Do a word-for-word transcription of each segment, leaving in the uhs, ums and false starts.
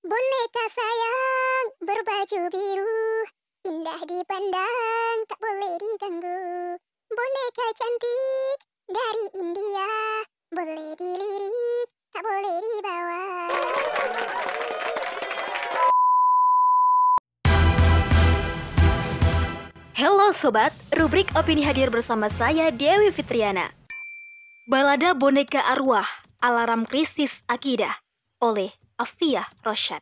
Boneka sayang berbaju biru, indah dipandang, tak boleh diganggu. Boneka cantik dari India, boleh dilirik, tak boleh dibawa. Halo sobat, rubrik opini hadir bersama saya Dewi Fitriana. Balada Boneka Arwah, Alarm Krisis Akidah oleh Afia Rosyad.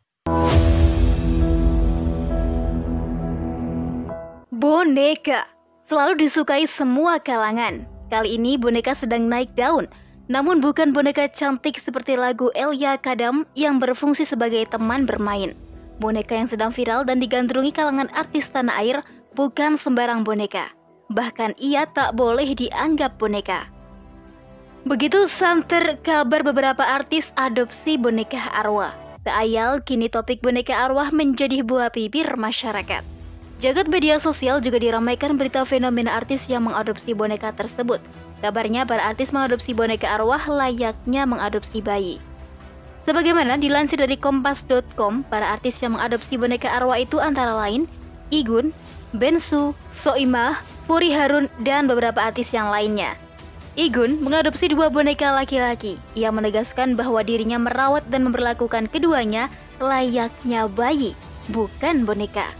Boneka selalu disukai semua kalangan. Kali ini boneka sedang naik daun, namun bukan boneka cantik seperti lagu Elia Kadam yang berfungsi sebagai teman bermain. Boneka yang sedang viral dan digandrungi kalangan artis tanah air bukan sembarang boneka. Bahkan ia tak boleh dianggap boneka. Begitu santer kabar beberapa artis adopsi boneka arwah. Tak ayal kini topik boneka arwah menjadi buah bibir masyarakat. Jagat media sosial juga diramaikan berita fenomena artis yang mengadopsi boneka tersebut. Kabarnya para artis mengadopsi boneka arwah layaknya mengadopsi bayi. Sebagaimana dilansir dari kompas dot com, para artis yang mengadopsi boneka arwah itu antara lain Igun, Bensu, Soimah, Puri Harun, dan beberapa artis yang lainnya. Igun mengadopsi dua boneka laki-laki. Ia menegaskan bahwa dirinya merawat dan memperlakukan keduanya layaknya bayi, bukan boneka.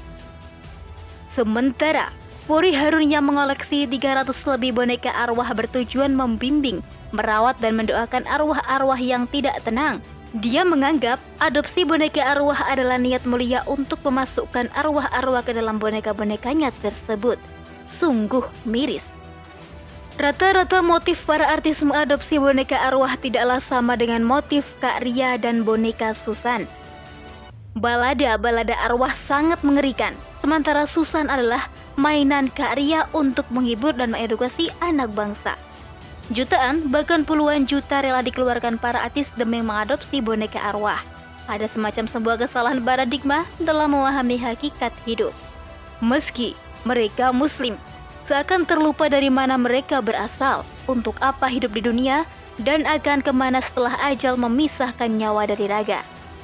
Sementara Puri Harun yang mengoleksi tiga ratus lebih boneka arwah bertujuan membimbing, merawat dan mendoakan arwah-arwah yang tidak tenang. Dia menganggap adopsi boneka arwah adalah niat mulia untuk memasukkan arwah-arwah ke dalam boneka-bonekanya tersebut. Sungguh miris. Rata-rata motif para artis mengadopsi boneka arwah tidaklah sama dengan motif Kak Ria dan boneka Susan. Balada-balada arwah sangat mengerikan, sementara Susan adalah mainan Kak Ria untuk menghibur dan mengedukasi anak bangsa. Jutaan, bahkan puluhan juta rela dikeluarkan para artis demi mengadopsi boneka arwah. Ada semacam sebuah kesalahan paradigma dalam memahami hakikat hidup. Meski mereka muslim, seakan terlupa dari mana mereka berasal, untuk apa hidup di dunia, dan akan kemana setelah ajal memisahkan nyawa dari raga.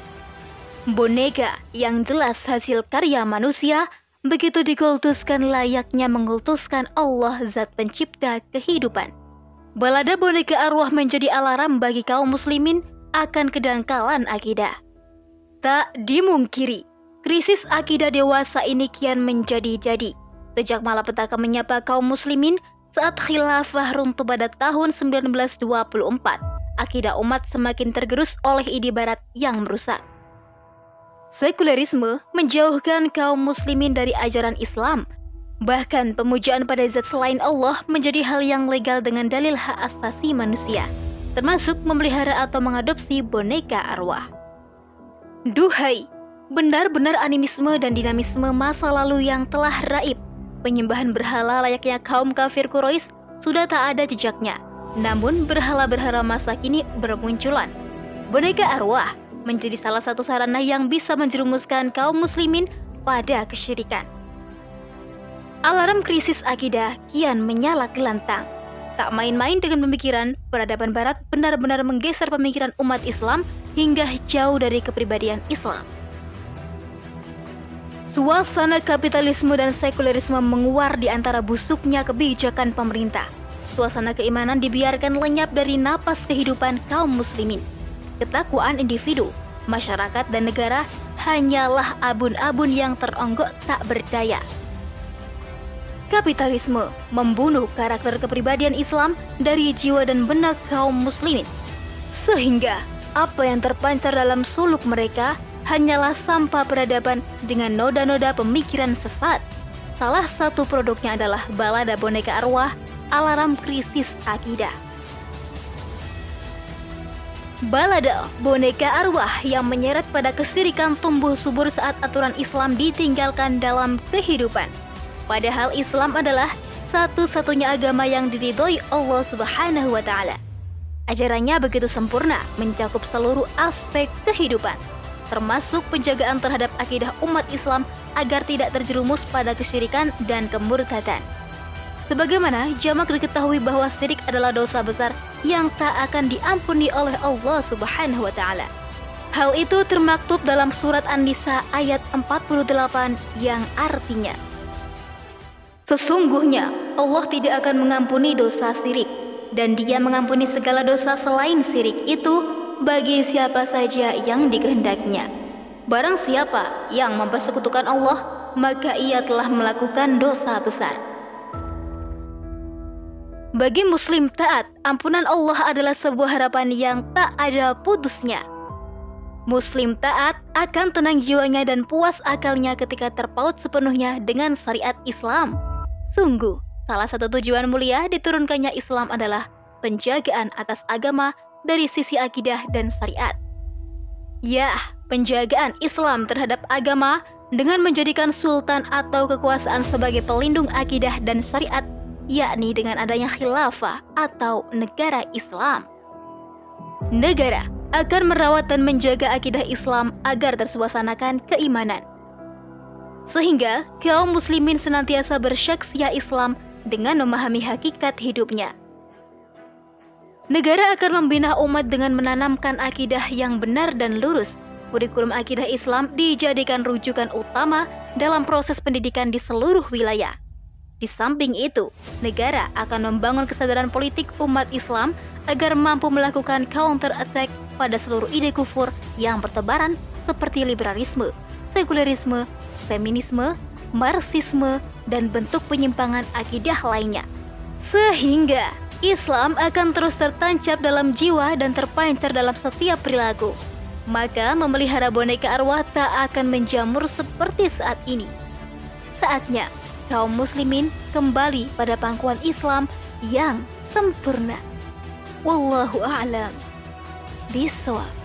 Boneka yang jelas hasil karya manusia, begitu dikultuskan layaknya mengkultuskan Allah zat pencipta kehidupan. Balada boneka arwah menjadi alarm bagi kaum muslimin akan kedangkalan akidah. Tak dimungkiri, krisis akidah dewasa ini kian menjadi-jadi. Sejak malapetaka menyapa kaum muslimin saat khilafah runtuh pada tahun seribu sembilan ratus dua puluh empat, akidah umat semakin tergerus oleh ide barat yang merusak. Sekulerisme menjauhkan kaum muslimin dari ajaran Islam. Bahkan pemujaan pada zat selain Allah menjadi hal yang legal dengan dalil hak asasi manusia, termasuk memelihara atau mengadopsi boneka arwah. Duhai, benar-benar animisme dan dinamisme masa lalu yang telah raib. Penyembahan berhala layaknya kaum kafir Quraisy sudah tak ada jejaknya. Namun berhala-berhala masa kini bermunculan. Boneka arwah menjadi salah satu sarana yang bisa menjerumuskan kaum muslimin pada kesyirikan. Alarm krisis akidah kian menyala gelantang. Tak main-main dengan pemikiran, peradaban barat benar-benar menggeser pemikiran umat Islam hingga jauh dari kepribadian Islam. Suasana kapitalisme dan sekulerisme menguar di antara busuknya kebijakan pemerintah. Suasana keimanan dibiarkan lenyap dari napas kehidupan kaum muslimin. Ketakwaan individu, masyarakat, dan negara hanyalah abun-abun yang teronggok tak berdaya. Kapitalisme membunuh karakter kepribadian Islam dari jiwa dan benak kaum muslimin. Sehingga apa yang terpancar dalam suluk mereka hanyalah sampah peradaban dengan noda-noda pemikiran sesat. Salah satu produknya adalah balada boneka arwah, alarm krisis akidah. Balada boneka arwah yang menyeret pada kesyirikan tumbuh subur saat aturan Islam ditinggalkan dalam kehidupan. Padahal Islam adalah satu-satunya agama yang diridhoi Allah Subhanahu wa Ta'ala. Ajarannya begitu sempurna, mencakup seluruh aspek kehidupan, termasuk penjagaan terhadap akidah umat Islam agar tidak terjerumus pada kesyirikan dan kemurtadan. Sebagaimana jamak diketahui bahwa syirik adalah dosa besar yang tak akan diampuni oleh Allah Subhanahu wa Ta'ala. Hal itu termaktub dalam surat An-Nisa ayat empat puluh delapan yang artinya, sesungguhnya Allah tidak akan mengampuni dosa syirik, dan Dia mengampuni segala dosa selain syirik itu bagi siapa saja yang dikehendakinya. Barang siapa yang mempersekutukan Allah, maka ia telah melakukan dosa besar. Bagi muslim taat, ampunan Allah adalah sebuah harapan yang tak ada putusnya. Muslim taat akan tenang jiwanya dan puas akalnya ketika terpaut sepenuhnya dengan syariat Islam. Sungguh, salah satu tujuan mulia diturunkannya Islam adalah penjagaan atas agama dari sisi akidah dan syariat. Ya, penjagaan Islam terhadap agama dengan menjadikan sultan atau kekuasaan sebagai pelindung akidah dan syariat, yakni dengan adanya khilafah atau negara Islam. Negara akan merawat dan menjaga akidah Islam agar tersuasanakan keimanan, sehingga kaum muslimin senantiasa bersaksya Islam dengan memahami hakikat hidupnya. Negara akan membina umat dengan menanamkan akidah yang benar dan lurus. Kurikulum akidah Islam dijadikan rujukan utama dalam proses pendidikan di seluruh wilayah. Di samping itu, negara akan membangun kesadaran politik umat Islam agar mampu melakukan counter attack pada seluruh ide kufur yang bertebaran seperti liberalisme, sekulerisme, feminisme, marxisme, dan bentuk penyimpangan akidah lainnya. Sehingga Islam akan terus tertancap dalam jiwa dan terpancar dalam setiap perilaku. Maka memelihara boneka arwah tak akan menjamur seperti saat ini. Saatnya kaum muslimin kembali pada pangkuan Islam yang sempurna. Wallahu a'lam bishawab.